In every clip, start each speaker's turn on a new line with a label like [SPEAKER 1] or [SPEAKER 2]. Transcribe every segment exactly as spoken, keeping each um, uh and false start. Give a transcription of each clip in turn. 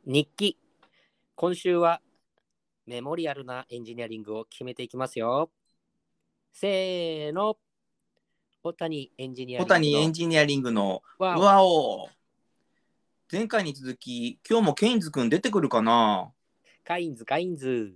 [SPEAKER 1] 日記。今週はメモリアルなエンジニアリングを決めていきますよ。せーの。小谷エンジニアリングの
[SPEAKER 2] 小谷エンジニアリングの
[SPEAKER 1] わお
[SPEAKER 2] わお。前回に続き今日もケインズくん出てくるかな。
[SPEAKER 1] カインズカインズ。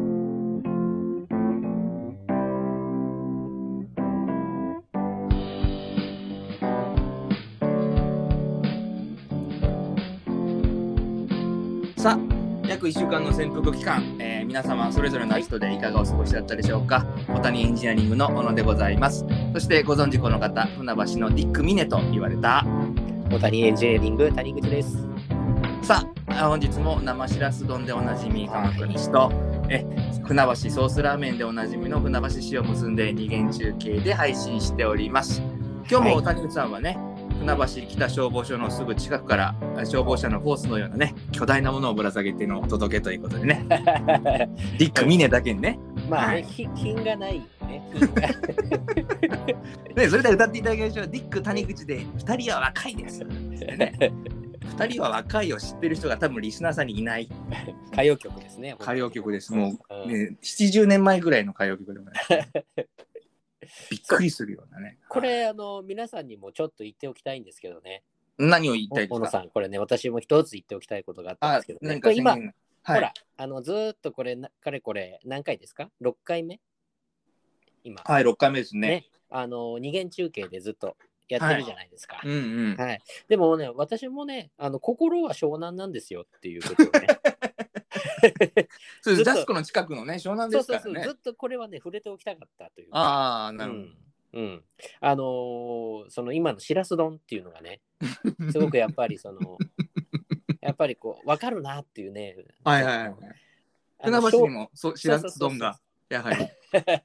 [SPEAKER 2] さあ約いっしゅうかんの潜伏期間、えー皆様それぞれの人でいかがお過ごしだったでしょうか。小谷エンジニアリングの小野でございます。そしてご存知この方、船橋のディック・ミネと言われた
[SPEAKER 1] 小谷エンジニアリング谷口です。
[SPEAKER 2] さあ本日も生しらす丼でおなじみ鎌倉西とえ船橋ソースラーメンでおなじみの船橋市を結んで二元中継で配信しております。今日も谷口さんはね、船橋北消防署のすぐ近くから消防車のホースのようなね巨大なものをぶら下げてのお届けということでねディック・ミネだけにね
[SPEAKER 1] まあね、
[SPEAKER 2] はい
[SPEAKER 1] ひ品がないね。品が
[SPEAKER 2] ね、それでは歌っていただきましょう。ディック谷口でふたりは若いです、ね、ふたりは若いを知ってる人が多分リスナーさんにいない
[SPEAKER 1] 歌謡曲ですね。
[SPEAKER 2] 歌謡曲です。もう、
[SPEAKER 1] うん
[SPEAKER 2] ね、ななじゅうねんまえぐらいの歌謡曲でもないびっくりするようなね。
[SPEAKER 1] これあの皆さんにもちょっと言っておきたいんですけどね。
[SPEAKER 2] 何を言いたいですか。
[SPEAKER 1] 小野さん、これね、私も一つ言っておきたいことがあったん
[SPEAKER 2] あ
[SPEAKER 1] ですけど、ね、
[SPEAKER 2] 何か
[SPEAKER 1] これ今、
[SPEAKER 2] 宣言はい、
[SPEAKER 1] ほら、あのずーっとこれ、かれこれ何回ですか ?ろっ 回目今。
[SPEAKER 2] はい、ろっかいめですね。
[SPEAKER 1] ね、あの二元中継でずっとやってるじゃないですか。
[SPEAKER 2] はい、うんうん。
[SPEAKER 1] はい。でもね、私もね、あの心は湘南なんですよっていうことをね。
[SPEAKER 2] そうです。ジャスコの近くのね、湘南ですからね。
[SPEAKER 1] そうそうそう、ずっとこれはね、触れておきたかったというか。
[SPEAKER 2] ああ、なるほど。
[SPEAKER 1] うんうん、あのー、その今のしらす丼っていうのがね、すごくやっぱりその、やっぱりこう、分かるなっていうね。
[SPEAKER 2] はいはいはい。船橋にもそしらす丼が、やはり。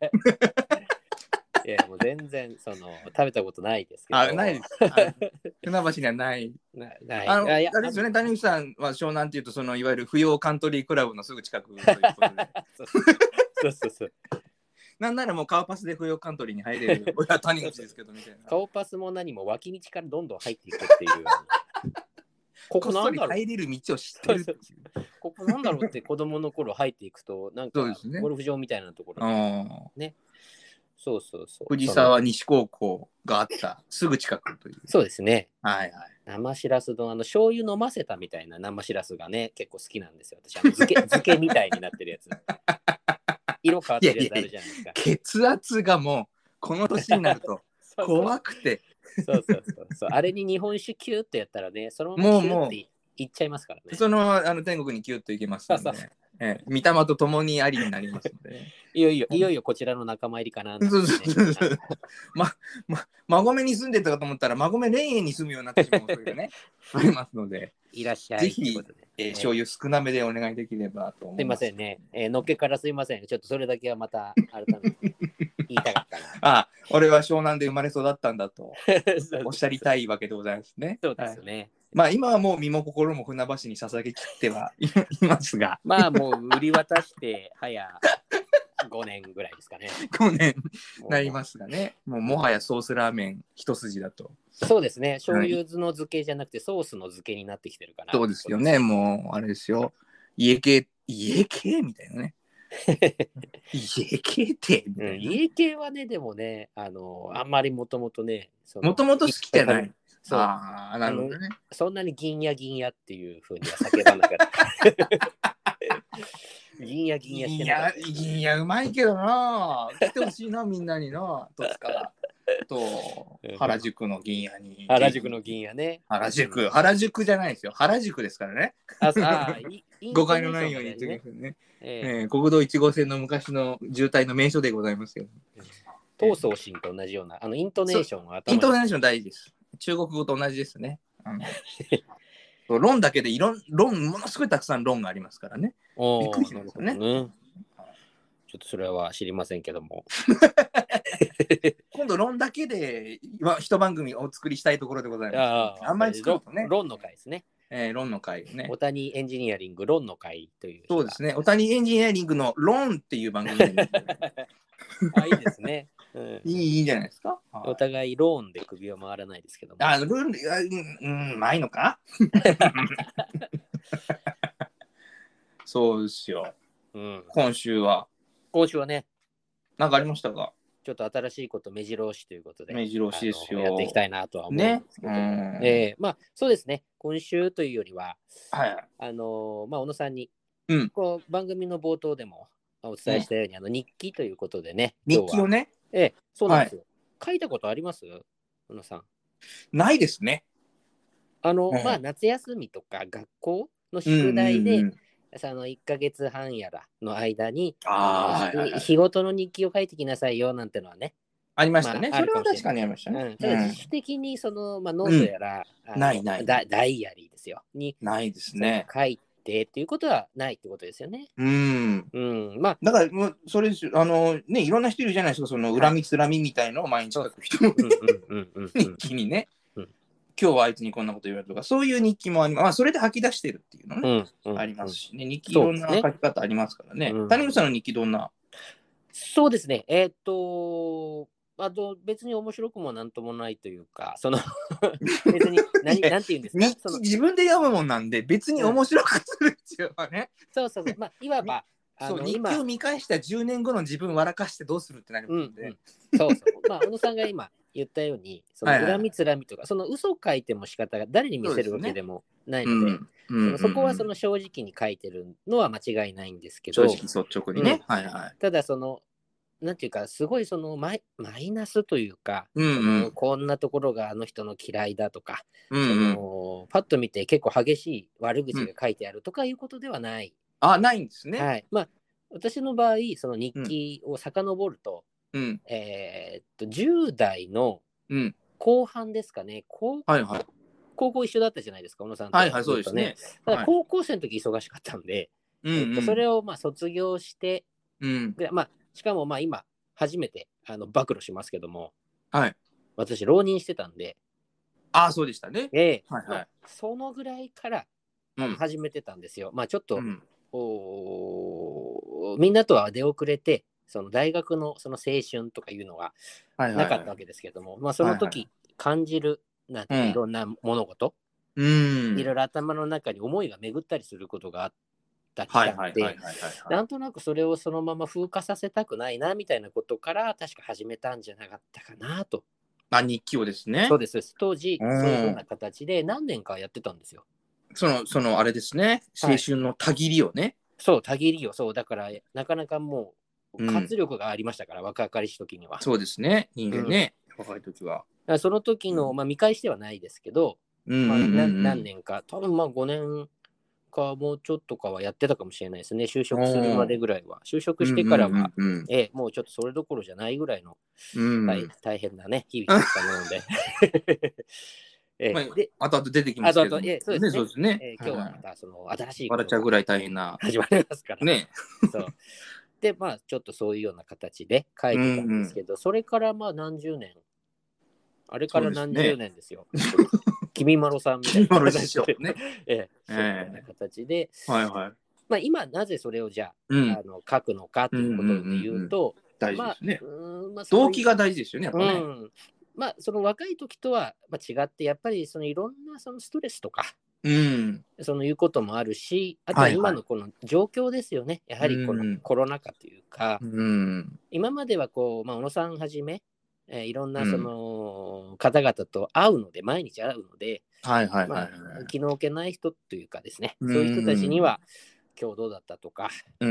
[SPEAKER 1] いや、もう全然その食べたことないですけど。
[SPEAKER 2] あ、ないです。船橋にはない。
[SPEAKER 1] なない
[SPEAKER 2] あの、
[SPEAKER 1] あいや
[SPEAKER 2] あれですよね、谷口さんは湘南っていうと、そのいわゆる不要カントリークラブのすぐ近くということで。
[SPEAKER 1] そうそうそう。
[SPEAKER 2] なんならもう顔パスで不要カントリーに入れる親谷口ですけどみたいな。
[SPEAKER 1] 顔パスも何も脇道からどんどん入っていくっていう。ここなんだろう。
[SPEAKER 2] 入れる道を知ってるっていう。
[SPEAKER 1] ここなんだろうって子供の頃入っていくと、なんかゴルフ場みたいなところね。そうそうそう。
[SPEAKER 2] 藤沢西高校があったすぐ近くという。
[SPEAKER 1] そうですね。
[SPEAKER 2] はいはい。
[SPEAKER 1] 生しらす丼、あの醤油飲ませたみたいな生しらすがね、結構好きなんですよ。私、あの漬け漬けみたいになってるやつ。色変わってるやつあるじゃないですか。
[SPEAKER 2] いやいや血圧がもうこの年になると怖くて。
[SPEAKER 1] そうそうそうそう。あれに日本酒キューってやったらね、そのままキューっていっちゃいますからね。
[SPEAKER 2] そのあの天国にキューッといけますので、ね。そうそうええ、御霊と共にありになりますので、ね、
[SPEAKER 1] いよいよいよいよこちらの仲間入りかな、ね。
[SPEAKER 2] そうそうそうそう。ま、ま、馬込に住んでたかと思ったら、馬込霊園に住むようになってしまうというね、ありますので、
[SPEAKER 1] いらっしゃい。
[SPEAKER 2] ぜひ、えー、醤油少なめでお願いできればと思います。
[SPEAKER 1] すいませんね。えー、のっけからすいません。ちょっとそれだけはまた改めて言いたかったな。
[SPEAKER 2] ああ、俺は湘南で生まれ育ったんだとおっしゃりたいわけでございますね。
[SPEAKER 1] そうですね。はい
[SPEAKER 2] まあ今はもう身も心も船橋に捧げきってはいますが
[SPEAKER 1] まあもう売り渡して早ごねんぐらいですかね。
[SPEAKER 2] ごねんなりますがね。もうもはやソースラーメン一筋だと。
[SPEAKER 1] そうですね。醤油酢の漬けじゃなくてソースの漬けになってきてるかな。
[SPEAKER 2] そうですよね。もうあれですよ。家系家系みたいなね。家系ってみたいな、
[SPEAKER 1] うん、家系はねでもねあのあんまりもともとね
[SPEAKER 2] もともと好きじゃない。
[SPEAKER 1] そう
[SPEAKER 2] ああ、なるほどね。
[SPEAKER 1] そんなに銀や銀やっていうふうには叫ばなかった銀や銀やしてなかった。
[SPEAKER 2] 銀やうまいけどな。来てほしいな、みんなにな。戸塚と原宿の銀やに。
[SPEAKER 1] 原宿の銀やね。
[SPEAKER 2] 原宿。原宿じゃないですよ。原宿ですからね。
[SPEAKER 1] ああ
[SPEAKER 2] 誤解のないように言ってくださいね。えー、国道いち号線の昔の渋滞の名所でございますけど。
[SPEAKER 1] 東送信と同じようなあのイントネーションは
[SPEAKER 2] イントネーション大事です。中国語と同じですね。あの論だけでいろん論ものすごいたくさん論がありますからね。びっくりしますよね。
[SPEAKER 1] ちょっとそれは知りませんけども。
[SPEAKER 2] 今度論だけで一番組お作りしたいところでございます。あ, あんまり作るとね。
[SPEAKER 1] 論の会ですね。
[SPEAKER 2] えー、論の会ね。
[SPEAKER 1] 小谷エンジニアリング論の会という。
[SPEAKER 2] そうですね。小谷エンジニアリングの論っていう番組で。
[SPEAKER 1] あ、いいですね。うん、
[SPEAKER 2] いい、いいんじゃないですか。
[SPEAKER 1] お互いローンで首は回らないですけども。
[SPEAKER 2] あ、ルール、うん、うん、ないのかそうですよ。
[SPEAKER 1] うん、
[SPEAKER 2] 今週は。
[SPEAKER 1] 今週はね、
[SPEAKER 2] 何かありましたか？
[SPEAKER 1] ちょっと新しいこと目白押しということで、
[SPEAKER 2] 目白押しですよ。
[SPEAKER 1] やっていきたいなとは思うんですけど、ね、えー、まあそうですね、今週というよりは、
[SPEAKER 2] はい、
[SPEAKER 1] あのー、まあ小野さんに、
[SPEAKER 2] うん、
[SPEAKER 1] こう番組の冒頭でもお伝えしたように、うん、あの日記ということでね、
[SPEAKER 2] 日記をね、
[SPEAKER 1] えー、そうなんですよ、はい。書いたことあります？小野さん。
[SPEAKER 2] ないですね。
[SPEAKER 1] あの、うん、まあ夏休みとか学校の宿題で、うんうんうん、そのいっかげつはんやらの間にあの、はいはい、日ごとの日記を書いてきなさいよなんてのはね、
[SPEAKER 2] ありましたね。まあ、それは確かにありましたね。
[SPEAKER 1] うん、ただ自主的にその、まあ、ノートやら、うん、
[SPEAKER 2] ないない
[SPEAKER 1] ダダイアリーですよに
[SPEAKER 2] ないですね。
[SPEAKER 1] 書いてっていうことはないってことですよね。
[SPEAKER 2] うん。
[SPEAKER 1] うん。まあ
[SPEAKER 2] だからもうそれあのね、いろんな人いるじゃないですか、その恨みつらみみたいのを毎日書く人も日記にね。今日はあいつにこんなこと言われるとか、そういう日記もあります。まあ、それで吐き出してるっていうのね、うんうん、ありますしね。日記いろんな書き方ありますからね。ね、谷口さんの日記どんな？
[SPEAKER 1] そうですね。えー、っと、あと別に面白くもなんともないというか、その別に何なんて言うんですか。
[SPEAKER 2] 日記自分で読むもんなんで、別に面白くするっていうのはね。
[SPEAKER 1] そうそうそう。まあ、いわば、
[SPEAKER 2] あの日記を見返したじゅうねんごの自分笑かしてどうするってなるもんで、うん
[SPEAKER 1] うん、そうそう。まあ小野さんが今言ったように、その恨みつらみとか、はいはい、その嘘書いても仕方が誰に見せるわけでもないので、そこはその正直に書いてるのは間違いないんですけど、
[SPEAKER 2] 正直率直にね。うん、はいはい。
[SPEAKER 1] ただそのなんていうかすごいそのマイ、マイナスというか、
[SPEAKER 2] うんうん、
[SPEAKER 1] そのこんなところがあの人の嫌いだとか、
[SPEAKER 2] うんうん、
[SPEAKER 1] そのパッと見て結構激しい悪口が書いてあるとかいうことではない。
[SPEAKER 2] うん、あ、ないんですね。
[SPEAKER 1] はい。まあ私の場合、その日記を遡ると、
[SPEAKER 2] うん、
[SPEAKER 1] えー、っと、じゅう代の後半ですかね、高,
[SPEAKER 2] はいはい、
[SPEAKER 1] 高校一緒だったじゃないですか、小野さんと、
[SPEAKER 2] はいはい、そうですね。
[SPEAKER 1] ただ高校生の時忙しかったんで、
[SPEAKER 2] はい、
[SPEAKER 1] えー、っとそれをまあ卒業して、
[SPEAKER 2] うん、
[SPEAKER 1] でまあ、しかもまあ今、初めてあの暴露しますけども、
[SPEAKER 2] はい、
[SPEAKER 1] 私、浪人してたんで、
[SPEAKER 2] ああ、そうでしたね。
[SPEAKER 1] えー
[SPEAKER 2] はいはい、
[SPEAKER 1] まあ、そのぐらいからあの始めてたんですよ。うん、まあちょっと、うんおみんなとは出遅れて、その大学のその青春とかいうのがなかったわけですけども、はいはいはい、まあその時感じるなんていろんな物事、
[SPEAKER 2] うん、
[SPEAKER 1] いろいろ頭の中に思いが巡ったりすることがあったりしたので、なんとなくそれをそのまま風化させたくないなみたいなことから確か始めたんじゃなかったかなと。
[SPEAKER 2] あ、日記をですね。
[SPEAKER 1] そうです。当時、そういうふうな形で何年かやってたんですよ。
[SPEAKER 2] その、そのあれですね、青春のたぎりをね。はい、
[SPEAKER 1] そう、たぎりを、そう、だから、なかなかもう、活力がありましたから、うん、若かりし時には。
[SPEAKER 2] そうですね、人間ね、うん、若い時は。
[SPEAKER 1] その時の、まあ、見返してはないですけど、まあ、何年か、多分まあごねんかもうちょっとかはやってたかもしれないですね、就職するまでぐらいは。就職してからは、うんうんうんうん、えもうちょっとそれどころじゃないぐらいの、うん、大, 大変なね、日々だったもので。
[SPEAKER 2] えー、であとあと出てきますけど、
[SPEAKER 1] あとあと、えー、そうですね。そうです
[SPEAKER 2] ね、
[SPEAKER 1] えー、今日はまたその新しい
[SPEAKER 2] 笑っちゃうぐらい大変な
[SPEAKER 1] 始まりますから
[SPEAKER 2] ね。
[SPEAKER 1] そうでまあちょっとそういうような形で書いてたんですけど、うんうん、それからまあ何十年あれから何十年ですよ。すね、君まろさんみたいな形で、ねえー、そういうような形で、
[SPEAKER 2] はいはい。
[SPEAKER 1] まあ今なぜそれをじゃあ、うん、あの書くのかということで言うと、
[SPEAKER 2] 大事ですね。まあうんまあ、動機が大事ですよね、やっぱね。うん
[SPEAKER 1] まあ、その若い時とは違って、やっぱりそのいろんなそのストレスとか、
[SPEAKER 2] うん、
[SPEAKER 1] そのいうこともあるし、あとは今のこの状況ですよね。はいはい、やはりこのコロナ禍というか、うん、今まではこう、まあ、小野さんはじめ、えー、いろんなその方々と会うので、毎日会うので、気の置けない人というかですね、そういう人たちには、今日どうだったとか、うん、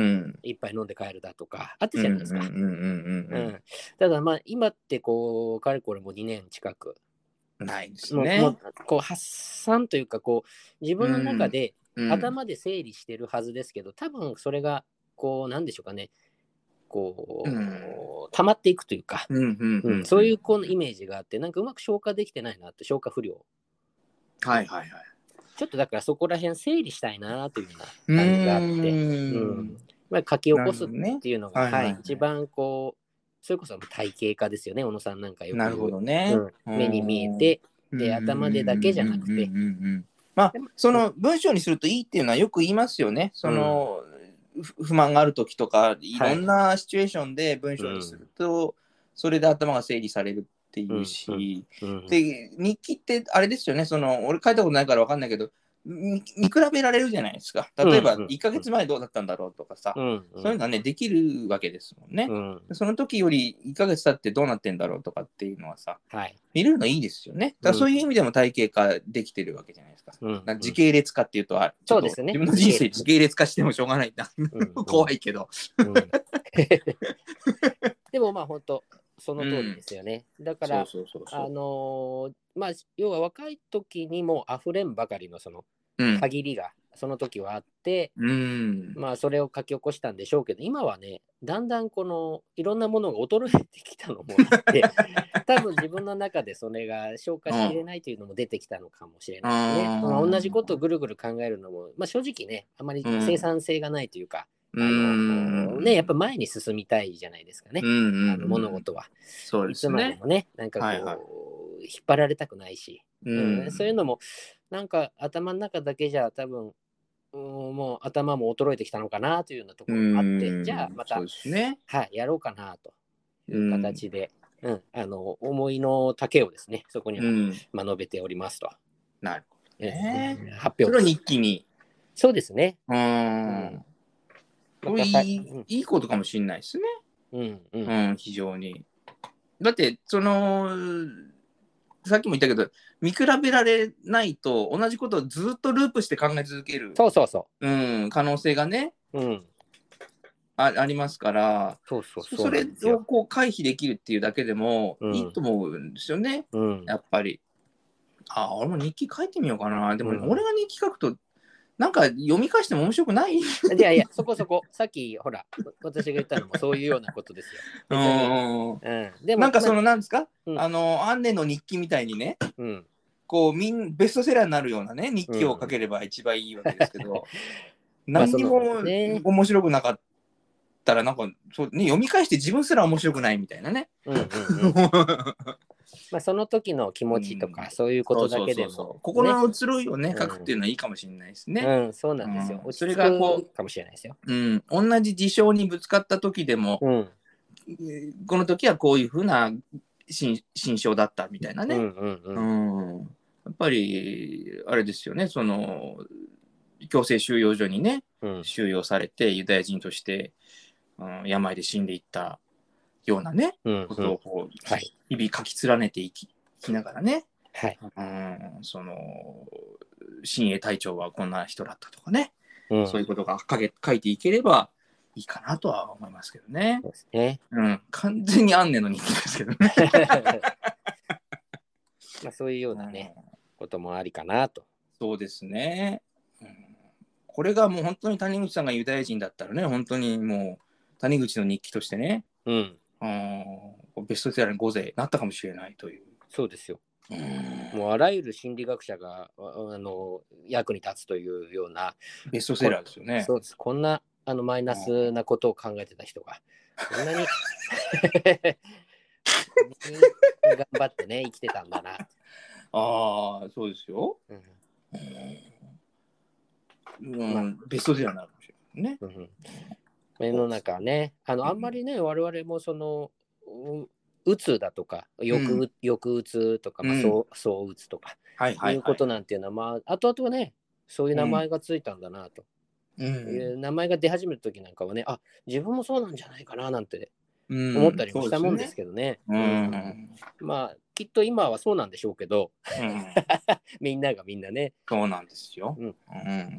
[SPEAKER 1] 一杯飲んで帰るだとかあったじゃないですか。ただまあ今ってこうかれこれもにねん近く
[SPEAKER 2] ないですね。
[SPEAKER 1] もうこう発散というかこう自分の中で頭で整理してるはずですけど、うん、多分それがこうなんでしょうかねこう、うん、溜まっていくというか、そういうこのイメージがあってなんかうまく消化できてないなって消化不良。
[SPEAKER 2] はいはいはい。
[SPEAKER 1] ちょっとだからそこら辺整理したいなというような感じがあって、うんまあ、書き起こすっていうのが、ねはいはいはい、一番こうそれこそ体系化ですよね小野さんなんかよく言う。
[SPEAKER 2] なるほどね、
[SPEAKER 1] うん、目に見えてで頭でだけじゃなくて、
[SPEAKER 2] まあその文章にするといいっていうのはよく言いますよね。その、うん、不満がある時とかいろんなシチュエーションで文章にすると、はい、それで頭が整理されるっていうし、うんうんうん、で日記ってあれですよね。その俺書いたことないから分かんないけど見比べられるじゃないですか。例えばいっかげつまえどうだったんだろうとかさ、
[SPEAKER 1] うんうん、
[SPEAKER 2] そういうのはねできるわけですもんね、うん、その時よりいっかげつ経ってどうなってんだろうとかっていうのはさ、はい、見れるのいいですよね。だからそういう意味でも体系化できてるわけじゃないですか。うん、か時系列化っていうと、あちょっと自分の人生時系列化してもしょうがないな、うん、怖いけど、うん、
[SPEAKER 1] でもまあ本当その通りですよね。うん、だから、あのー、まあ、要は若い時にも溢れんばかりのその限りがその時はあって、うん、まあそれを書き起こしたんでしょうけど、今はね、だんだんこのいろんなものが衰えてきたのもあって、多分自分の中でそれが消化しきれないというのも出てきたのかもしれないですね。まあ、同じことをぐるぐる考えるのも、まあ、正直ね、あまり生産性がないというか、うん、あのね、やっぱ前に進みたいじゃないですかね、うん、あの物事は。そうですね。いつまでもね、なんかこう、はいはい、引っ張られたくないし、うんうん、そういうのも、なんか頭の中だけじゃ多分、うん、もう頭も衰えてきたのかなというようなところがあって、じゃあまた、ね、はい、やろうかなという形で、うんうん、あの思いの丈をですね、そこには、まあ、述べておりますと。
[SPEAKER 2] なるほどね。
[SPEAKER 1] えー、発表
[SPEAKER 2] それは日記に。
[SPEAKER 1] そうですね。
[SPEAKER 2] うん。これいい、うん、いいことかもしれないですね。うんうん、うん、非常に。だってそのさっきも言ったけど、見比べられないと同じことをずっとループして考え続ける、
[SPEAKER 1] そうそうそう、
[SPEAKER 2] うん、可能性がね、うん、あ, ありますから、そうそうそう、それをこう回避できるっていうだけでもいいと思うんですよね、うん、やっぱり。あ、俺も日記書いてみようかな。でも、俺が日記書くとなんか読み返しても面白くない？い
[SPEAKER 1] やいや、そこそこ、さっきほら、私が言ったのもそういうようなことですよ。別に。
[SPEAKER 2] うん、でもなんかその、なんですか、まあ、あの、アンネの日記みたいにね、うん、こうみん、ベストセラーになるようなね、日記を書ければ一番いいわけですけど、うん、何にも面白くなかったら、なんかそう、ね、読み返して自分すら面白くないみたいなね。うんうんうん
[SPEAKER 1] まあその時の気持ちとか、うん、そういうことだけでも、ね、そうそうそう、
[SPEAKER 2] 心の移ろいをね、書くっていうのはいいかもしれないですね。
[SPEAKER 1] うん、うん、そうなんですよ。うん、落ち着くかもしれないですよ。
[SPEAKER 2] うん、同じ事象にぶつかった時でも、うん、この時はこういうふうな心象だったみたいなね。うんうんうんうん、やっぱりあれですよね、その強制収容所にね、うん、収容されてユダヤ人として、うん、病で死んでいったようなね、うんうん、ことをこう、はい、日々書き連ねていき、いきながらね、はい、うん、その親衛隊長はこんな人だったとかね、うん、そういうことが書け書いていければいいかなとは思いますけどね。そうですね。うん、完全にアンネの日記ですけどね。
[SPEAKER 1] まあそういうようなね、うん、こともありかなと。
[SPEAKER 2] そうですね。うん、これがもう本当に谷口さんがユダヤ人だったらね、本当にもう谷口の日記としてね、うん、うん、ベストセラーにご勢なったかもしれないという。
[SPEAKER 1] そうですよ。うん、もうあらゆる心理学者があの役に立つというような
[SPEAKER 2] ベストセラーですよね。
[SPEAKER 1] そうです。こんなあのマイナスなことを考えてた人がこんなに頑張ってね生きてたんだな。
[SPEAKER 2] ああ、そうですよ。うんうんまあ、ベストセラーになるかもしれないね。うん、
[SPEAKER 1] 世の中ね、あのあんまりね、うん、我々もそのうつだとか抑う、うん、抑うつとか、まあ、そうそううつとか、はいはいはい、いうことなんていうのは、まあ後々ねそういう名前がついたんだなと、うんいう名前が出始めた時なんかはね、あ、自分もそうなんじゃないかななんて思ったりもしたもんですけどね。うんうん、まあきっと今はそうなんでしょうけど、うん、みんながみんなね。
[SPEAKER 2] そうなんですよ。うんうん、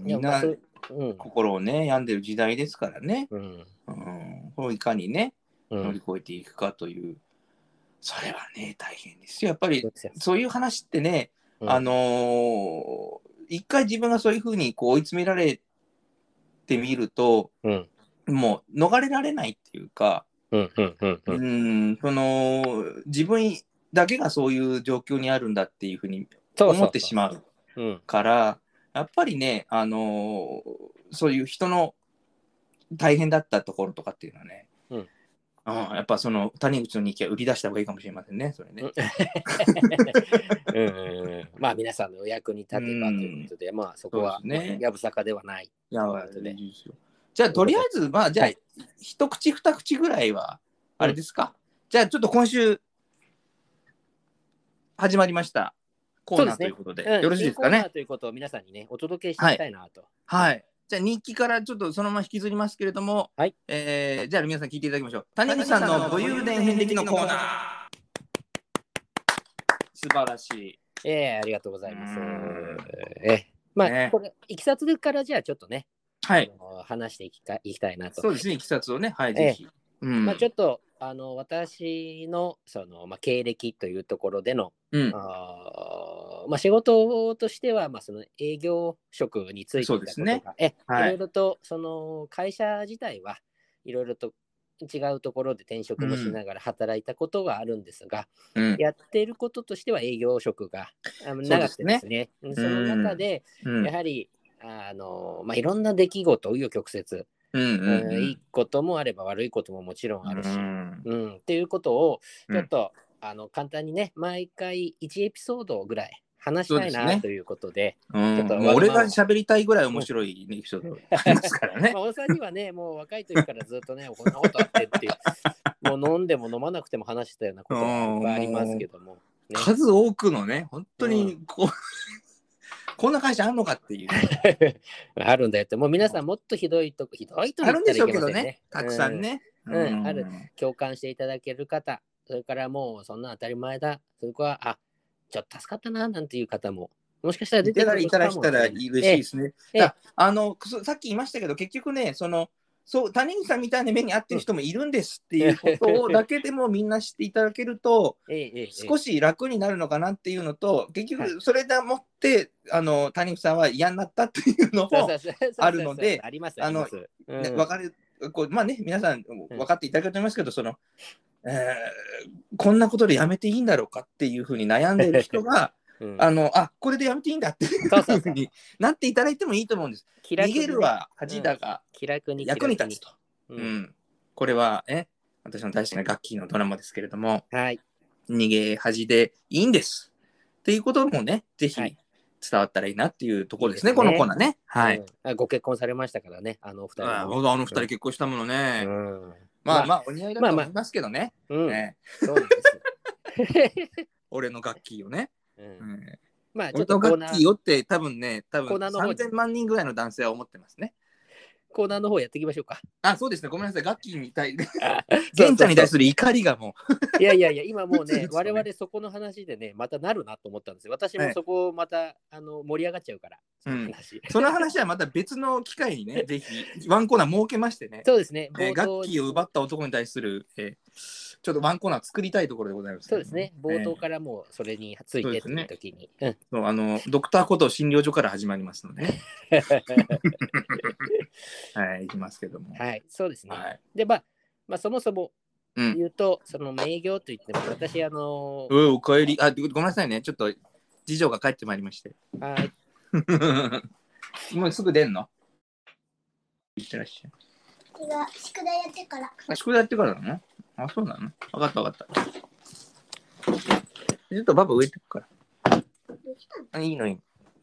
[SPEAKER 2] みんな、うん、心をね病んでる時代ですからね。うんうん、これをいかにね乗り越えていくかという、それはね大変ですよ。やっぱりそういう話ってね、うん、あのー、一回自分がそういうふうにこう追い詰められてみると、うん、もう逃れられないっていうか、うんうんうんうん、うんその自分だけがそういう状況にあるんだっていうふうに思ってしまうから、やっぱりね、あのー、そういう人の大変だったところとかっていうのはね、うん、あやっぱその谷口の日記は売り出した方がいいかもしれませんね、それね。
[SPEAKER 1] うんうんうん、まあ皆さんのお役に立てばということで、うん、まあそこはやぶさかではないということで。
[SPEAKER 2] じゃあとりあえずまあじゃあ、はい、一口二口ぐらいはあれですか、うん、じゃあちょっと今週始まりましたコーナーということで、うん、よろしいですかね。
[SPEAKER 1] コーナーということを皆さんにね、お届けしていきたいなと。
[SPEAKER 2] はい。はい、じゃあ日記からちょっとそのまま引きずりますけれども、
[SPEAKER 1] はい。
[SPEAKER 2] えー、じゃあ皆さん聞いていただきましょう。谷口さんの武勇伝遍歴のコーナー。素晴らしい。
[SPEAKER 1] えー、ありがとうございます。えまあ、ね、これいきさつからじゃあちょっとね、
[SPEAKER 2] はい、
[SPEAKER 1] 話していきたいきたいなと。
[SPEAKER 2] そうですね、いきさつをね、はい、ぜひ。
[SPEAKER 1] うん、まあ、ちょっとあの私のその、まあ、経歴というところでの、うん、あまあ、仕事としては、まあ、その営業職についていたことが、ね、え、はい、いろいろとその会社自体はいろいろと違うところで転職もしながら働いたことがあるんですが、うん、やっていることとしては営業職が長くてですね、そ, ですねその中でやはり、うん、あのまあ、いろんな出来事、紆余曲折、うんうんうん、いいこともあれば悪いことももちろんあるし、うんうん、っていうことをちょっと、うん、あの簡単にね、毎回いちエピソードぐらい話したいな、ね、ということで、
[SPEAKER 2] うん、ちょっともう俺が喋りたいぐらい面白い、ね、エピソードありますからね。
[SPEAKER 1] まあ、小野さんにはね、もう若い時からずっとね、こんなことあってっていう、もう飲んでも飲まなくても話したようなことがありますけども、
[SPEAKER 2] ね、数多くのね、本当にこう、うん、こんな会社あるのかっていう。
[SPEAKER 1] あるんだよって、もう皆さんもっとひどいとこ、ひどいとこ、
[SPEAKER 2] ね、あるんでしょうけどね、たくさんね。
[SPEAKER 1] うん、うん、ある、共感していただける方、それからもうそんな当たり前だ、それから、あ、ちょっと助かったな、なんていう方も、もしかしたら出てくる
[SPEAKER 2] かもしれない。いたら嬉しいですね。あの、さっき言いましたけど、結局ね、その、そう、谷口さんみたいな目に遭ってる人もいるんですっていうことをだけでもみんな知っていただけると、少し楽になるのかなっていうのと、結局それでもって、あの谷口さんは嫌になったっていうのもあるので、あの、分かる、こうまあね、皆さん分かっていただけると思いますけど、その、えー、こんなことでやめていいんだろうかっていうふうに悩んでる人が、うん、あのあこれでやめていいんだっていうふうになっていただいてもいいと思うんです。ね、逃げるは恥だが、
[SPEAKER 1] うん、気楽に
[SPEAKER 2] 役に立つと、うんうん、これは、ね、私の大好きなガッキーのドラマですけれども、
[SPEAKER 1] はい、
[SPEAKER 2] 逃げ恥でいいんですっていうこともね、ぜひ伝わったらいいなっていうところですね、はい、このコーナーね、はい、
[SPEAKER 1] うん、ご結婚されましたからね、あのお二人。
[SPEAKER 2] あ, あの二人結婚したものね、うん、まあまあお似合いだと思いますけどね、まあまあね、うん、そうなんです俺のガッキーをね、うんうん、まあちょっとコーナーよって多分ね、多分さんぜんまんにんぐらいの男性は思ってますね。
[SPEAKER 1] コーナーの方やっていきましょうか。
[SPEAKER 2] あ、そうですね。ごめんなさい。ガッキーに対玄ちゃんに対する怒りがも
[SPEAKER 1] う。いやいやいや、今もうね、我々そこの話でね、またなるなと思ったんですよ。私もそこまた、はい、あの盛り上がっちゃうから。
[SPEAKER 2] その話、うん、その話はまた別の機会にね、ぜひワンコーナー設けましてね。
[SPEAKER 1] そうですね。
[SPEAKER 2] えー、ガッキーを奪った男に対する、えー、ちょっとワンコーナー作りたいところでございます、ね。
[SPEAKER 1] そうですね。冒頭からもうそれについてという時に。
[SPEAKER 2] えー、そう、うん、あのドクターコトー診療所から始まりますのでね。はい、いきますけども。
[SPEAKER 1] はい、そうですね。はい、で、まあ、まあ、そもそも言うと、うん、その営業といっても、私、あのー、
[SPEAKER 2] うん、おかえり。あ、ごめんなさいね。ちょっと次女が帰ってまいりまして。
[SPEAKER 1] はい。
[SPEAKER 2] もうすぐ出んの？いってらっしゃい。
[SPEAKER 3] 宿題やってから。
[SPEAKER 2] あ、宿題やってからなの？あ、そうなの？分かった分かった。ちょっとババ植えてくから。あ、いいのいいの。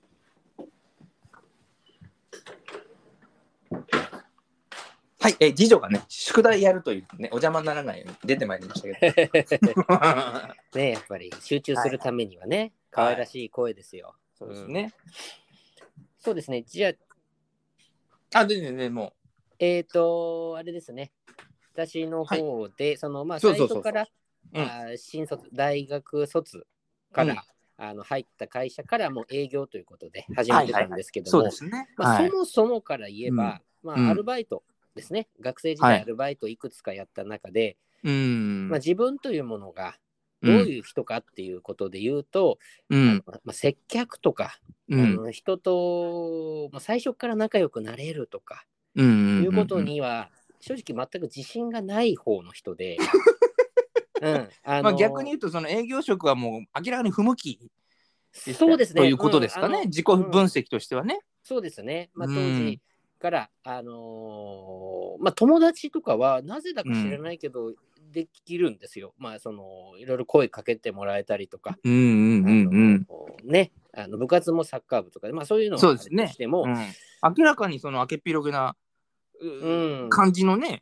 [SPEAKER 2] はい、え次女がね、宿題やるというね、お邪魔にならないように出てまいりましたけ
[SPEAKER 1] ど。ね、やっぱり集中するためにはね、はい、可愛らしい声ですよ。
[SPEAKER 2] そうですね、
[SPEAKER 1] うん。そうですね、じゃ
[SPEAKER 2] あ、あ、でね、ね、もう。
[SPEAKER 1] えっ、ー、と、あれですね、私の方で、はい、その、まあ、最初から、新卒、大学卒から、うん、あの入った会社からもう営業ということで始めてたんですけども、そもそもから言えば、うん、まあ、アルバイトですね、うん、学生時代アルバイトいくつかやった中で、はい、まあ、自分というものがどういう人かっていうことで言うと、うん、あのまあ、接客とか、うん、あの人と、まあ、最初から仲良くなれるとか、うん、いうことには正直全く自信がない方の人で。
[SPEAKER 2] うん、あのー、まあ逆に言うとその営業職はもう明らかに不向き
[SPEAKER 1] そうですね
[SPEAKER 2] ということですかね、うん、自己分析としてはね、うん、
[SPEAKER 1] そうですね、まあ、当時から、うん、あのー、まあ、友達とかはなぜだか知らないけど、うん、できるんですよ。まあそのいろいろ声かけてもらえたりとか、ね、あの部活もサッカー部とか、まあ、そういうのをしても、
[SPEAKER 2] ね、うん、明らかにその明けっぴろげな、うん、感じのね、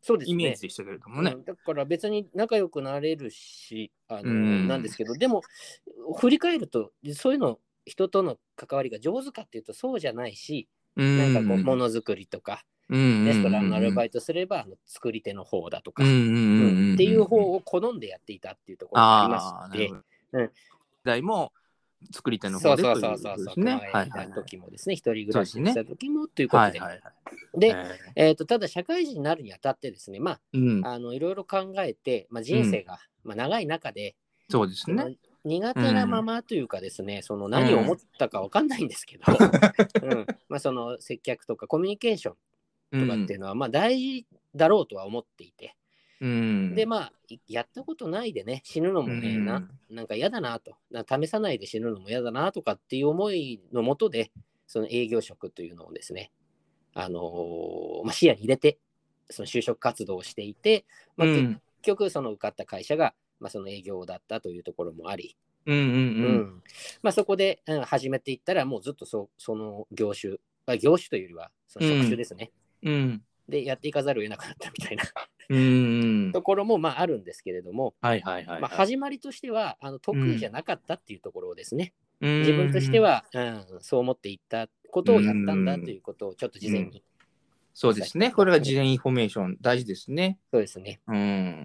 [SPEAKER 1] そうですね、
[SPEAKER 2] イメージでしたけれどもね、
[SPEAKER 1] うん、だから別に仲良くなれるし、あのなんですけど、でも振り返るとそういうの人との関わりが上手かっていうとそうじゃないし、なんかこうものづくりとか、レストランのアルバイトすればあの作り手の方だとか、うんっていう方を好んでやっていたっていうところがありまして、うん、時
[SPEAKER 2] 代も作り手の方でということですね。
[SPEAKER 1] 熊谷にいた時もですね、一人暮らしした時もということで。
[SPEAKER 2] はいはいはい、
[SPEAKER 1] で、えーと、ただ社会人になるにあたってですね、まあ、
[SPEAKER 2] うん、
[SPEAKER 1] あのいろいろ考えて、まあ、人生が、うんまあ、長い中で、
[SPEAKER 2] そうですね。
[SPEAKER 1] 苦手なままというかですね、うん、その何を思ったか分かんないんですけど、うんまあ、その接客とかコミュニケーションとかっていうのは、まあ大事だろうとは思っていて、うん、でまあやったことないでね死ぬのもね、うん、な, なんか嫌だなとな試さないで死ぬのも嫌だなとかっていう思いのもとでその営業職というのをですね、あのーまあ、視野に入れてその就職活動をしていて、まあ、結局その受かった会社が、まあ、その営業だったというところもあり、
[SPEAKER 2] うんうんうんうん
[SPEAKER 1] まあ、そこで、うん、始めていったらもうずっと そ, その業種業種というよりはその職種ですね、
[SPEAKER 2] うんうん
[SPEAKER 1] でやっていかざるを得なかったみたいなうんところもまああるんですけれども、
[SPEAKER 2] はいはいはいはい、
[SPEAKER 1] まあ、始まりとしてはあの得意じゃなかったっていうところをですね、うん、自分としては、うん、そう思っていったことをやったんだということをちょっと事前に、うん、
[SPEAKER 2] そうですね、これが事前インフォメーション大事ですね。
[SPEAKER 1] そうですね、うん、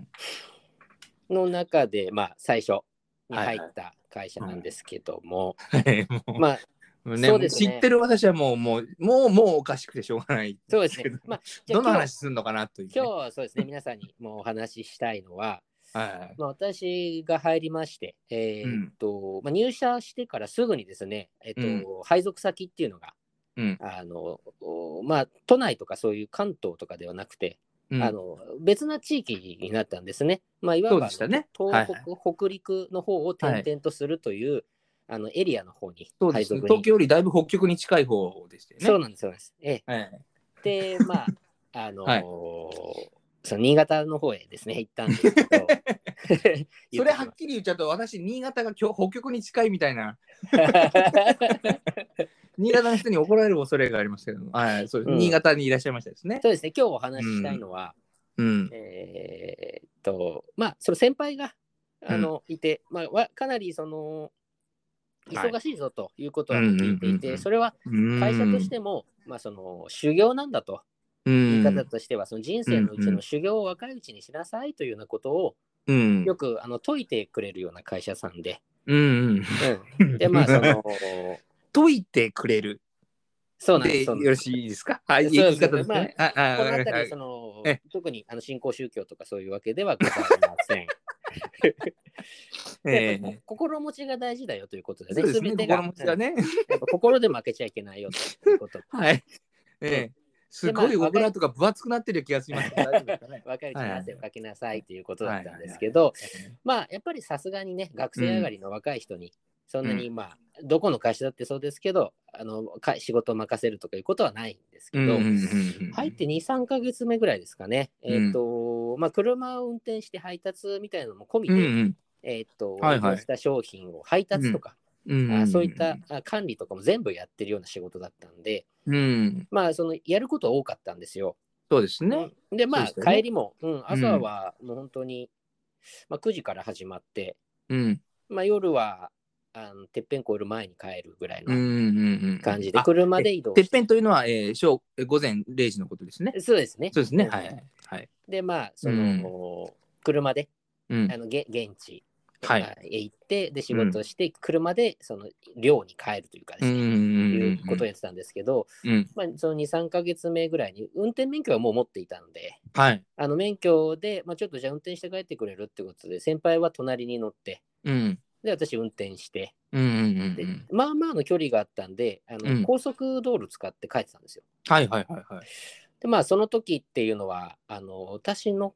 [SPEAKER 1] の中で、まあ、最初に入った会社なんですけども、はいはい、まあ
[SPEAKER 2] ね、そうですね、知ってる私はもうもうもうもうおかしくてしょうがない
[SPEAKER 1] そうですね、まあ、
[SPEAKER 2] じゃあどの話するのかなという、ね、
[SPEAKER 1] 今日はそうですね皆さんにもうお話ししたいのは、はいまあ、私が入りまして、えーっとうんまあ、入社してからすぐにですね、えーっとうん、配属先っていうのが、うん、あのまあ、都内とかそういう関東とかではなくて、うん、あの別な地域になったんですね。まあ、いわば、ね、東北、はいはい、北陸の方を転々とするという、はいあのエリアの方に
[SPEAKER 2] 配属に、ね、東京よりだいぶ北極に近い方でしたよね。
[SPEAKER 1] そうなんです、そうなんです。ええはい、で、まあ、あのーはい、その新潟の方へですね、行ったんですけど。
[SPEAKER 2] それはっきり言っちゃうと、私、新潟が今日北極に近いみたいな。新潟の人に怒られる恐れがありますけども、はい、そうです、うん、新潟にいらっしゃいましたですね。
[SPEAKER 1] そうですね、今日お話ししたいのは、うん、えー、っと、まあ、その先輩があの、うん、いて、まあ、かなりその、忙しいぞということは聞いていて、それは会社としても、まあ、その修行なんだと、言い方としては、その人生のうちの修行を若いうちにしなさいというようなことを、よくあの説いてくれるような会社さんで、うんうん、で、まあ、その、
[SPEAKER 2] 説いてくれる。
[SPEAKER 1] そうなんです。
[SPEAKER 2] よろしいですか？はい、言い方ですね。
[SPEAKER 1] まあ、このあたり、その、特にあの新興宗教とかそういうわけではございません。えー、心持ちが大事だよということでね、すべ、ね、てが心持ちが、ね、やっぱ心で負けちゃいけないよということ。
[SPEAKER 2] はい。えー、すごいオブラートが分厚くなってる気がします。大丈夫ですかね。
[SPEAKER 1] 若いうちに汗をかけなさいということだったんですけど、まあやっぱりさすがにね、学生上がりの若い人に、そんなに、うん、まあどこの会社だってそうですけど、あの仕事を任せるとかいうことはないんですけど、入ってに、さんかげつめぐらいですかね、うん、えっ、ー、と、まあ車を運転して配達みたいなのも込みで、うんうんえー、っと、はいはい、した商品を配達とか、うんあ、そういった管理とかも全部やってるような仕事だったんで、うん、まあ、そのやることは多かったんですよ。
[SPEAKER 2] そうですね。
[SPEAKER 1] で、まあ、ね、帰りも、うん、朝はもう本当に、まあ、くじから始まって、うんまあ、夜はあのてっぺん越える前に帰るぐらいの感じで、車で移動
[SPEAKER 2] して。てっぺんというのは、えー、正午前れいじのことですね。
[SPEAKER 1] そうですね。
[SPEAKER 2] そうですね。はい、はい。
[SPEAKER 1] で、まあ、その、うん、車で、うん、あの現地、はい、へ行ってで仕事をして、うん、車でその寮に帰るというかですね、いうことをやってたんですけど、うんまあ、そのに、さんかげつめぐらいに運転免許はもう持っていたので、はい、あの免許で、まあ、ちょっとじゃあ運転して帰ってくれるってことで先輩は隣に乗って、うん、で私運転して、うんうんうんうん、でまあまあの距離があったんであの、うん、高速道路使って帰ってたんですよ。
[SPEAKER 2] はいはいはいはい。
[SPEAKER 1] でまあその時っていうのはあの私の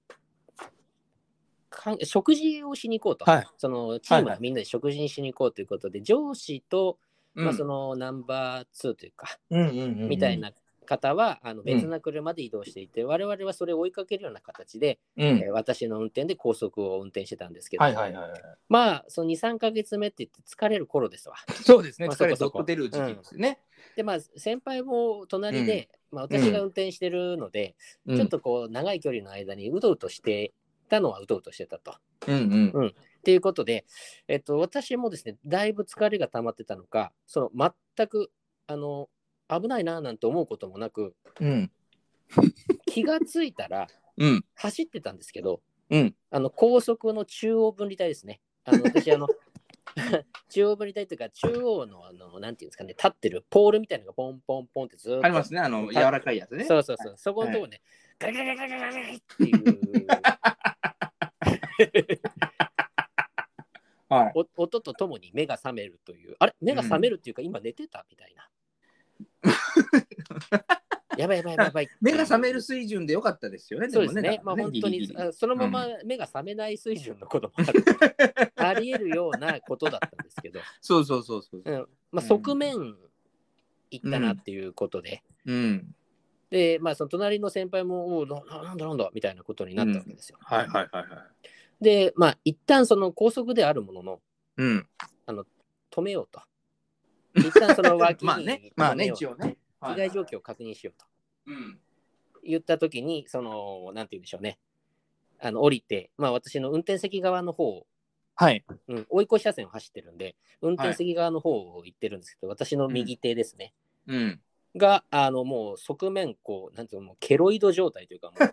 [SPEAKER 1] 食事をしに行こうと、はい、そのチームがみんなで食事にしに行こうということで、はいはい、上司と、うんまあ、そのナンバーツーというか、うんうんうんうん、みたいな方はあの別な車で移動していて、うん、我々はそれを追いかけるような形で、うんえー、私の運転で高速を運転してたんですけど、はいはいはいはい、まあそのに、さんかげつめって言って疲れる頃ですわ。
[SPEAKER 2] そうですね、まあ、疲れどっと出る時期ですね。
[SPEAKER 1] うん、 でまあ先輩も隣で、うんまあ、私が運転してるので、うん、ちょっとこう長い距離の間にうとうとしてたのはうとうとしてたと。
[SPEAKER 2] うんうん
[SPEAKER 1] うん、っていうことで、えっと、私もですねだいぶ疲れが溜まってたのかその全くあの危ないななんて思うこともなく、
[SPEAKER 2] うん、
[SPEAKER 1] 気がついたら、
[SPEAKER 2] うん、
[SPEAKER 1] 走ってたんですけど、
[SPEAKER 2] うん、
[SPEAKER 1] あの高速の中央分離帯ですね。あの私あの中央分離帯というか中央のあのなんていうんですかね立ってるポールみたいなのがポンポンポンってずっと
[SPEAKER 2] ありますね、あの柔らかいやつね。
[SPEAKER 1] そうそうそう、はい、そこのとこね、はい、ガガガガガガガっていうはい、音とともに目が覚めるというあれ目が覚めるっていうか、うん、今寝てたみたいなやばいやばいやばい
[SPEAKER 2] 目が覚める水準でよかったですよね。
[SPEAKER 1] そうですね。ねまあ本当にギリギリそのまま目が覚めない水準のこともある、うん、ありえるようなことだったんですけど
[SPEAKER 2] そうそうそうそう、
[SPEAKER 1] うんまあ、側面行ったなっていうことで、
[SPEAKER 2] うんうん、
[SPEAKER 1] でまあその隣の先輩もおななんだなんだみたいなことになったわけですよ、
[SPEAKER 2] うん、はいはいはいはい
[SPEAKER 1] でまあ一旦その高速であるものの、
[SPEAKER 2] うん、
[SPEAKER 1] あの止めようと一旦その脇に
[SPEAKER 2] まあねまあね一応ね
[SPEAKER 1] 被害状況を確認しようと、はいはいはい、言ったときにそのなんて言うんでしょうねあの降りてまあ私の運転席側の方を
[SPEAKER 2] はい
[SPEAKER 1] うん、追い越し車線を走ってるんで運転席側の方を行ってるんですけど、はい、私の右手ですね、
[SPEAKER 2] うん、
[SPEAKER 1] があのもう側面こうなんていうのもうケロイド状態というかもう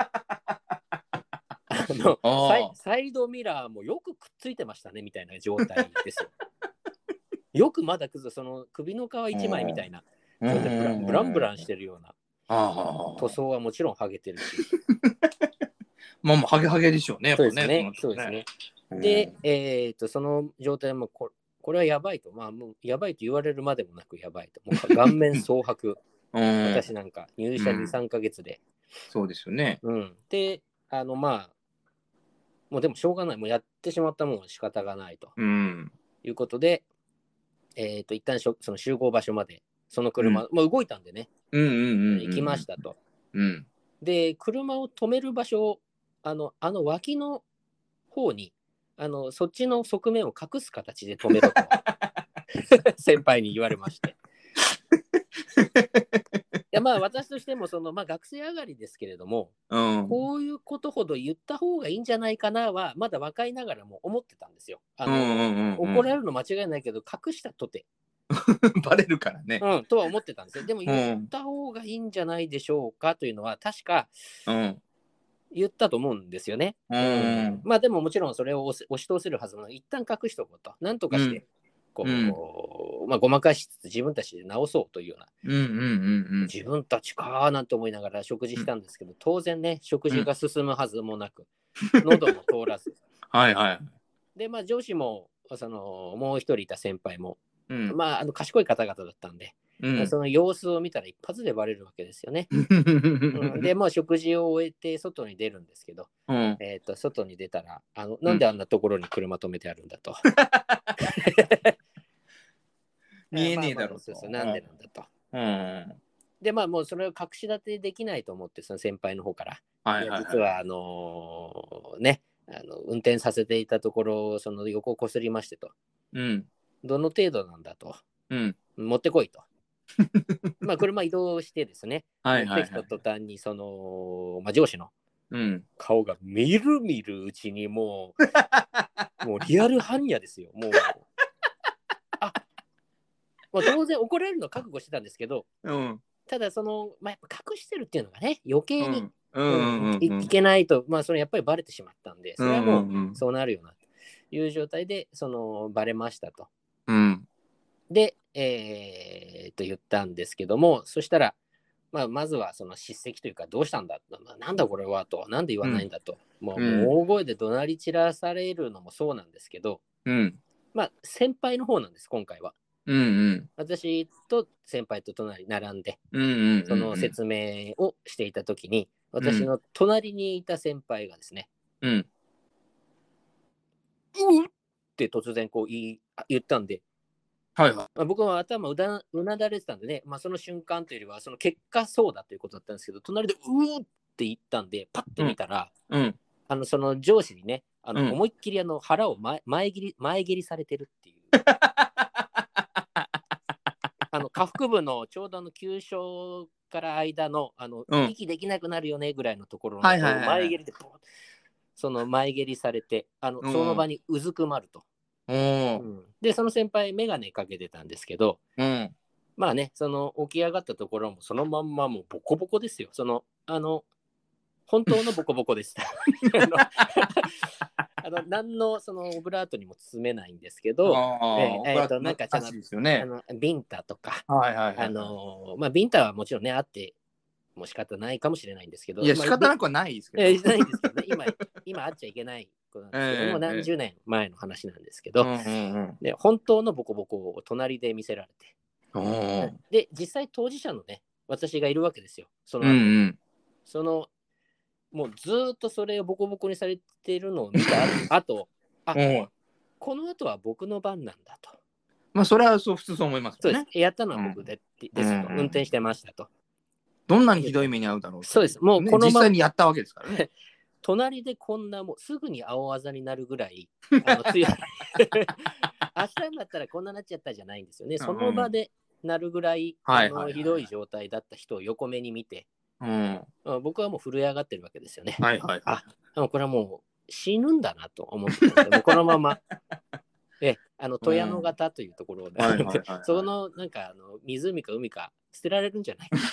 [SPEAKER 1] あのサイサイドミラーもよくくっついてましたねみたいな状態ですよよくまだその首の皮一枚みたいなブランブランブランしてるような塗装はもちろん剥げてるし
[SPEAKER 2] まあまあハゲハゲでしょうね。
[SPEAKER 1] そうですね。そうですね。で、えっとその状態もここれはやばいと、まあもうやばいと言われるまでもなくやばいと、もう顔面蒼白。私なんか入社に、さんかげつで。
[SPEAKER 2] そうですよね。
[SPEAKER 1] うん。で、あのまあもうでもしょうがない、もうやってしまったもん仕方がないと、うん、いうことで、えっと一旦その集合場所までその車、うん、まあ動いたんでね、
[SPEAKER 2] うんうんうんうん、
[SPEAKER 1] 行きましたと。
[SPEAKER 2] うん、で
[SPEAKER 1] 車を止める場所をあのあの脇の方にあのそっちの側面を隠す形で止めろと先輩に言われましていやまあ私としてもその、まあ、学生上がりですけれども、うん、こういうことほど言った方がいいんじゃないかなはまだ若いながらも思ってたんですよ。あの、うんうんうん、怒られるの間違いないけど隠したとて
[SPEAKER 2] バレるからね、
[SPEAKER 1] うん、とは思ってたんですよ。でも言った方がいいんじゃないでしょうかというのは確か、うん言ったと思うんですよね。うん、まあでももちろんそれを押し通せるはずなので一旦隠しとこうと。なんとかして、こう、うん、まあごまかしつつ自分たちで直そうというような。
[SPEAKER 2] うんうんうんうん、
[SPEAKER 1] 自分たちかーなんて思いながら食事したんですけど、うん、当然ね、食事が進むはずもなく、うん、喉も通らず。
[SPEAKER 2] はいはい。
[SPEAKER 1] で、まあ上司も、その、もう一人いた先輩も、うん、まああの賢い方々だったんで、うん、その様子を見たら一発でバレるわけですよね。うん、で、まあ、食事を終えて外に出るんですけど、うん、えーと、外に出たらあの、なんであんなところに車止めてあるんだと。
[SPEAKER 2] 見えねえだろうと。
[SPEAKER 1] まあまあ、そうそう、なんでなんだと。うん、で、まあ、もうそれを隠し立てできないと思って、その先輩の方から、はいはいはい、実は、あのー、ね、あの運転させていたところ、その横をこすりましてと。うん、どの程度なんだと。うん、持ってこいと。まあ車移動してですね、はいはいはい、持ってきた途端にその、まあ、上司の顔がみるみるうちにもう、もうリアル般若ですよ。もうあ、まあ、当然怒られるのは覚悟してたんですけど、うん、ただその、まあ、やっぱ隠してるっていうのがね余計に、うんうんうん、い, いけないと、まあ、それやっぱりバレてしまったんで、それはもうそうなるよなという状態でそのバレましたと。うんで、えー、と言ったんですけども、そしたら、まあ、まずはその叱責というか、どうしたんだ、なんだこれはと、なんで言わないんだと、うん、もう、もう大声で怒鳴り散らされるのもそうなんですけど、うん、まあ、先輩の方なんです、今回は。うんうん、私と先輩と隣に並んで、うんうんうんうん、その説明をしていたときに、私の隣にいた先輩がですね、うん、うって突然こう言い言ったんで、はいはい、まあ、僕は頭うだうなだれてたんでね、まあ、その瞬間というよりはその結果そうだということだったんですけど、隣でうーって言ったんでパッて見たら、うんうん、あのその上司にねあの、うん、思いっきりあの腹を前前切り前蹴りされてるっていうあの下腹部のちょうどあの急所から間のあの、うん、息できなくなるよねぐらいのところの、はいはいはいはい、前蹴りでポンその前蹴りされてあの、うん、その場にうずくまると、うん、でその先輩眼鏡かけてたんですけど、うん、まあねその起き上がったところもそのまんまもうボコボコですよ。そのあの本当のボコボコでしたあのあの何のそのオブラートにも包めないんですけど、えー、えー、となんかちゃんと、ね、あのビンタとか、はいはいはいはい、あのまあビンタはもちろんねあってもう仕方ないかもしれないんですけど、
[SPEAKER 2] いや仕方なくはないですけど、
[SPEAKER 1] えー、ないんですけどね今今あっちゃいけないことなんですけど、えー、もう何十年前の話なんですけど、えー、で本当のボコボコを隣で見せられて、うん、で実際当事者のね私がいるわけですよ。その後、うんうん、そのもうずっとそれをボコボコにされているのを見た後あ、この後は僕の番なんだと。
[SPEAKER 2] まあそれはそう普通そう思いますよね。
[SPEAKER 1] そうです。やったのは僕で、うん、ですと、うんうん、運転してましたと。
[SPEAKER 2] どんなにひどい目に遭うだろう。
[SPEAKER 1] そうです。もうこのまま、
[SPEAKER 2] ね、実際にやったわけですからね。
[SPEAKER 1] 隣でこんなもうすぐに青あざになるぐらいあの強い明日になったらこんななっちゃったじゃないんですよね。その場でなるぐらい、うん、あのひどい状態だった人を横目に見て、うん、僕はもう震え上がってるわけですよね。はいはいはい、あでもこれはもう死ぬんだなと思ってたんでもうこのままえあの富山型というところで、うん、そのなんかあの湖か海か捨てられるんじゃないか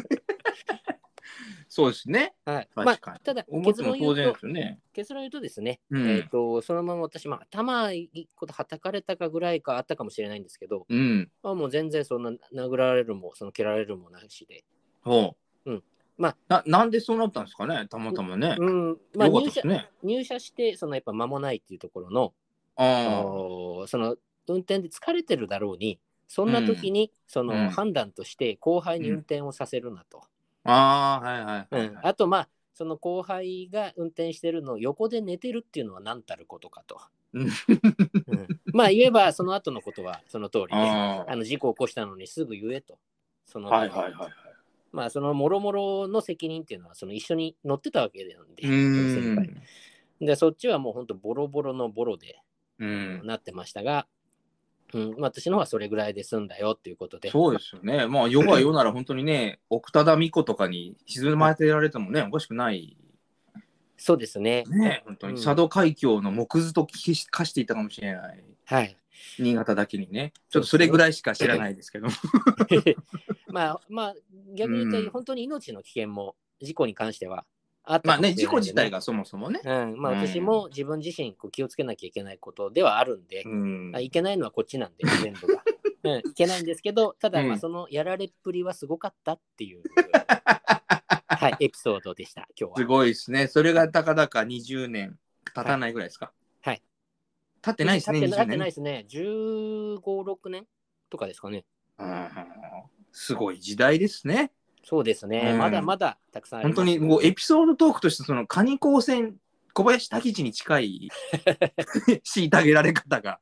[SPEAKER 2] そうですね。
[SPEAKER 1] はい。まあ、ただ結論言うと、ね、結論言うとですね、うん、えっ、ー、とそのまま私まあ頭いいことはたかれたかぐらいかあったかもしれないんですけど、うん、まあ、もう全然そんな殴られるもその蹴られるもなしで、
[SPEAKER 2] ほう、うん、まあななんでそうなったんですかね、たまたまね。うん、
[SPEAKER 1] まあ入社入社してそのやっぱ間もないっていうところの、あその運転で疲れてるだろうに、そんな時にその判断として後輩に運転をさせるなと。
[SPEAKER 2] うん、ああはいはいはい、はい、
[SPEAKER 1] うん、あとまあその後輩が運転してるのを横で寝てるっていうのは何たることかと、うん、まあ言えばその後のことはその通りであの事故を起こしたのにすぐ言えと、その、はいはいはいはい、まあそのもろもろの責任っていうのはその一緒に乗ってたわけなんで、その先輩でそっちはもう本当ボロボロのボロで、うん、なってましたが、うん、私の方はそれぐらいで済んだよっていうことで。
[SPEAKER 2] そうですよね。まあ世が世なら本当にね奥多田美子とかに沈まれられてもね、おかしくない。
[SPEAKER 1] そうですね。
[SPEAKER 2] ね本当に、うん、佐渡海峡の木図と化していたかもしれない。はい。新潟だけにね。ちょっとそれぐらいしか知らないですけど。
[SPEAKER 1] まあまあ逆に言うと本当に命の危険も事故に関してはあった
[SPEAKER 2] まあね、事故自体がそもそもね。
[SPEAKER 1] うん、まあ私も自分自身こう気をつけなきゃいけないことではあるんで、うん、いけないのはこっちなんで、全部が。うん、いけないんですけど、ただまあそのやられっぷりはすごかったっていう、はい、エピソードでした、今日は。
[SPEAKER 2] すごいですね。それがたかだかにじゅうねん経たないぐらいですか。
[SPEAKER 1] はい。
[SPEAKER 2] 経ってないですね、
[SPEAKER 1] 経ってないですね。じゅうご、ろくねんとかですかね。
[SPEAKER 2] うん、すごい時代ですね。
[SPEAKER 1] そうですね、うん、まだまだたくさんあります、
[SPEAKER 2] ね、本当にもうエピソードトークとしてそのカニ高専小林滝地に近い虐げられ方が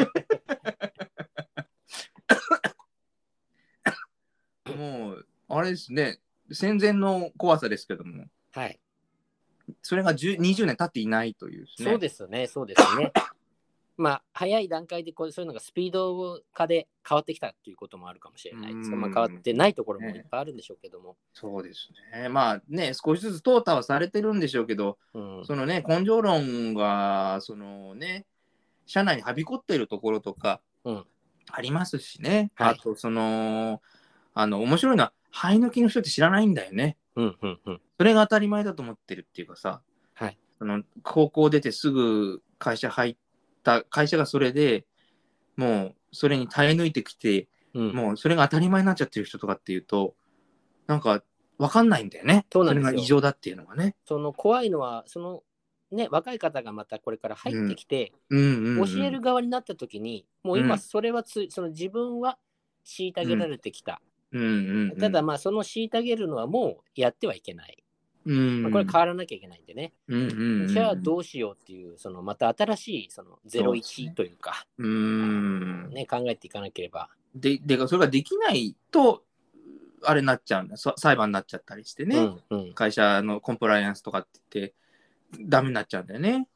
[SPEAKER 2] もうあれですね、戦前の怖さですけども、はい、それがにじゅうねん経っていないという、ね、
[SPEAKER 1] そうですねそうですねまあ早い段階でこうそういうのがスピード化で変わってきたっていうこともあるかもしれないですが、まあ、変わってないところもいっぱいあるんでしょうけども、ね、
[SPEAKER 2] そうですね、まあね少しずつ淘汰はされてるんでしょうけど、うん、そのね根性論がそのね社内にはびこっているところとかありますしね、うんはい、あとそのあの面白いのは生え抜きの人って知らないんだよね、うんうんうん、それが当たり前だと思ってるっていうかさ、はい、その高校出てすぐ会社入って会社がそれでもうそれに耐え抜いてきて、うん、もうそれが当たり前になっちゃってる人とかっていうとなんか分かんないんだよね。そうなんですよ。それが異常だっていうのがね。
[SPEAKER 1] その怖いのはそのね若い方がまたこれから入ってきて、うんうんうんうん、教える側になった時にもう今それはつ、うん、その自分は虐げられてきた、うんうんうんうん、ただまあその虐げるのはもうやってはいけない。うんまあ、これ変わらなきゃいけないんでね、うんうんうん、じゃあどうしようっていうそのまた新しいそのゼロイチというかう、ね、うんね、考えていかなければ
[SPEAKER 2] ででそれができないとあれになっちゃうんだ、裁判になっちゃったりしてね、うんうん、会社のコンプライアンスとかって言ってダメになっちゃうんだよね。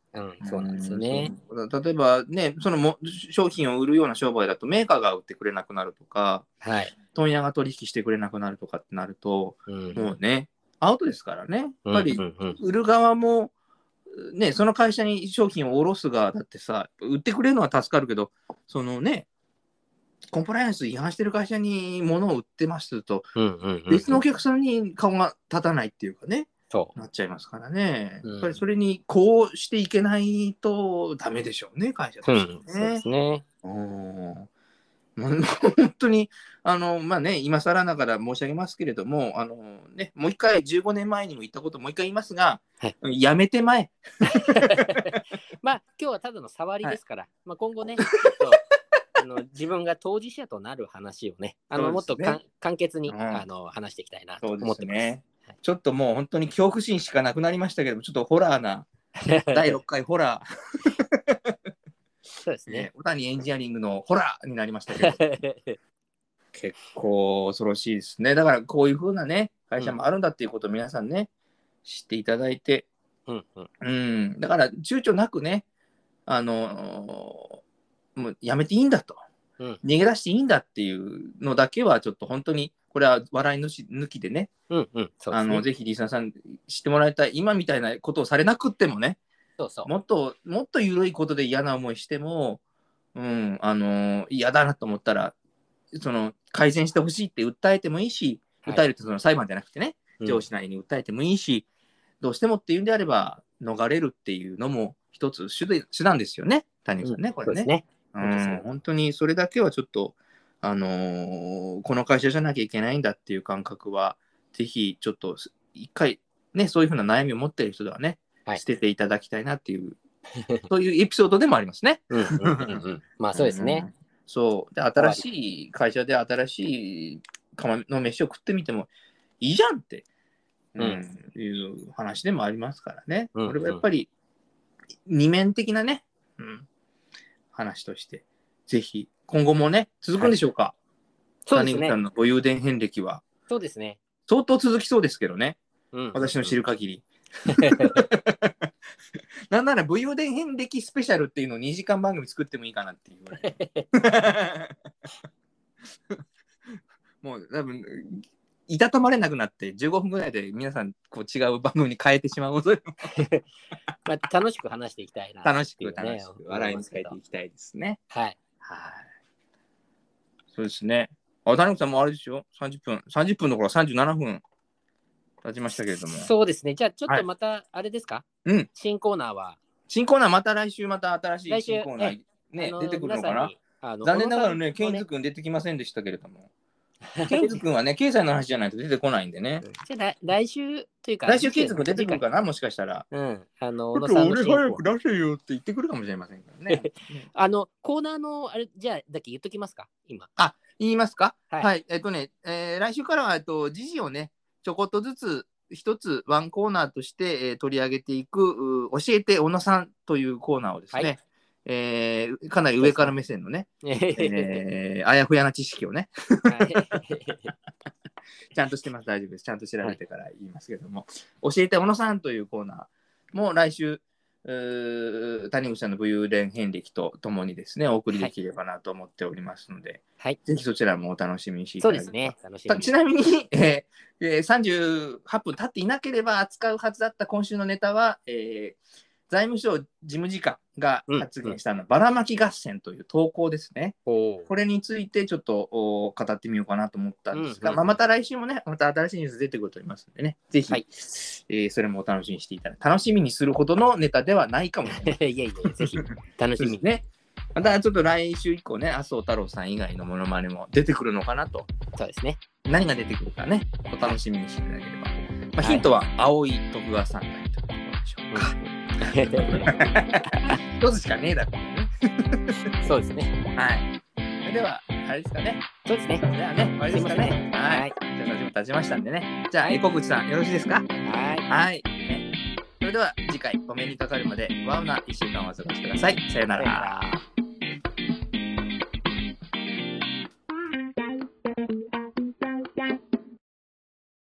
[SPEAKER 1] うん、そうなんですよね。
[SPEAKER 2] 例えばね、そのも商品を売るような商売だとメーカーが売ってくれなくなるとか、
[SPEAKER 1] はい、
[SPEAKER 2] 問屋が取引してくれなくなるとかってなると、
[SPEAKER 1] うん、
[SPEAKER 2] もうね、アウトですからね。やっぱり
[SPEAKER 1] うんうんうん、
[SPEAKER 2] 売る側も、ね、その会社に商品を卸す側だってさ、売ってくれるのは助かるけど、そのね、コンプライアンス違反してる会社に物を売ってますと、
[SPEAKER 1] うんうんうんうん、
[SPEAKER 2] 別のお客さんに顔が立たないっていうかね、
[SPEAKER 1] そう
[SPEAKER 2] なっちゃいますからね。
[SPEAKER 1] うん、
[SPEAKER 2] やっぱりそれにこうしていけないとダメでしょうね、会社としてね。
[SPEAKER 1] うん、そうですね。
[SPEAKER 2] うん本当に、あの、まあね、今更ながら申し上げますけれども、あのね、もう一回じゅうごねんまえにも言ったこともう一回言いますが、はい、やめてまえ。
[SPEAKER 1] まあ、今日はただの触りですから、はい、まあ、今後ね、ちょっとあの自分が当事者となる話をね、あの、ね、もっとか簡潔に、うん、あの話していきたいなと思ってます。ね
[SPEAKER 2] はい、ちょっともう本当に恐怖心しかなくなりましたけども、ちょっとホラーな、だいろっかいホラー。
[SPEAKER 1] そうですね。
[SPEAKER 2] 小谷エンジニアリングのホラーになりましたけど、結構恐ろしいですね。だからこういう風なね、会社もあるんだっていうことを皆さんね、うん、知っていただいて、うんうんうん、だから躊躇なくね、あのー、もうやめていいんだと、うん、逃げ出していいんだっていうのだけはちょっと本当に、これは笑い抜きでね、うんうん、そうですね、あのぜひリスナーさん知ってもらいたい。今みたいなことをされなくってもね、そうそう、もっともっと緩いことで嫌な思いしても、うん、あの嫌だなと思ったら、その改善してほしいって訴えてもいいし、はい、訴えるってその裁判じゃなくてね、上司なりに訴えてもいいし、うん、どうしてもっていうんであれば逃れるっていうのも一つ手段ですよね、谷口さんね、うん、これね。そうですね。うん、本当にそれだけはちょっと、あのー、この会社じゃなきゃいけないんだっていう感覚は、ぜひちょっと一回ね、そういうふうな悩みを持っている人ではね、はい、捨てていただきたいなっていう、そういうエピソードでもありますね。うんうんうんうん、まあそうですね。うん、そうで、新しい会社で新しい釜の飯を食ってみてもいいじゃんって、うん、うん、いう話でもありますからね。うんうん、これはやっぱり二面的なね、うん、話として、ぜひ今後もね、続くんでしょうか。はい、そうですね。谷口さんの武勇伝遍歴は。そうですね。相当続きそうですけどね。うん、私の知る限り。なんなら武勇伝遍歴スペシャルっていうのをにじかん番組作ってもいいかなっていうぐらい。もう多分いたたまれなくなってじゅうごふんぐらいで皆さんこう違う番組に変えてしまう恐れも
[SPEAKER 1] まあ楽しく話していきたいな、ね、
[SPEAKER 2] 楽しく楽しく笑いに変えていきたいですね。はいはいそうですね。あ、谷口さんもあれですよ、さんじゅっぷんさんじゅっぷんの頃さんじゅうななふん経ちましたけれども。
[SPEAKER 1] そうですね。じゃあちょっとまたあれですか、はい、うん、新コーナーは
[SPEAKER 2] 新コーナーまた来週また新しい新コーナーね、出てくるのかな。残念ながらね、ケンズ君出てきませんでしたけれども。ケンズ君はね、経済の話じゃないと出てこないんでね。
[SPEAKER 1] じゃあ来週というか、
[SPEAKER 2] 来週ケンズ君出てくるかな、もしかしたら。うん。あの、ちょっと俺早く出せよって言ってくるかもしれませんからね。
[SPEAKER 1] あの、コーナーの、あれ、じゃあ、だけ言っときますか、今。
[SPEAKER 2] あ、言いますか。はい。はい、えっとね、えー、来週からは、えっと、時事をね、ちょこっとずつ、一つワンコーナーとして、えー、取り上げていく、教えて小野さんというコーナーをですね、はい、えー、かなり上から目線のね、えー、あやふやな知識をね、はい、ちゃんとしてます、大丈夫です。ちゃんと調べてから言いますけども、はい、教えて小野さんというコーナーも来週、谷口さんの武勇伝遍歴とともにですね、お送りできればなと思っておりますので、はい、ぜひそちらもお楽しみにしていただければ。そうですね、楽しみに。ちなみに、えー、さんじゅうはっぷん経っていなければ扱うはずだった今週のネタは、えー財務省事務次官が発言したのは、うん、ばらまき合戦という投稿ですね。これについてちょっと語ってみようかなと思ったんですが、うんうんまあ、また来週もね、また新しいニュース出てくると思いますのでね、ぜひ、はいえー、それもお楽しみにしていただいて、楽しみにするほどのネタではないかもしれない。いやいや、ぜひ楽しみにね。またちょっと来週以降ね、麻生太郎さん以外のモノマネも出てくるのかなと。そうですね。何が出てくるかね、お楽しみにしていただければ。まあ、ヒントは、青い徳川三代というところでしょうか。うん一つしかねえだろうね。そうですね。はい。では、あれですかね。そうですね。じゃあね、終わりですかね。はい。じゃあ、さんじゅっぷん経ちましたんでね。じゃあ、小口さん、よろしいですか。はい。はい。それでは、次回、お目にかかるまで、ワウないっしゅうかんお過ごしください。さよなら。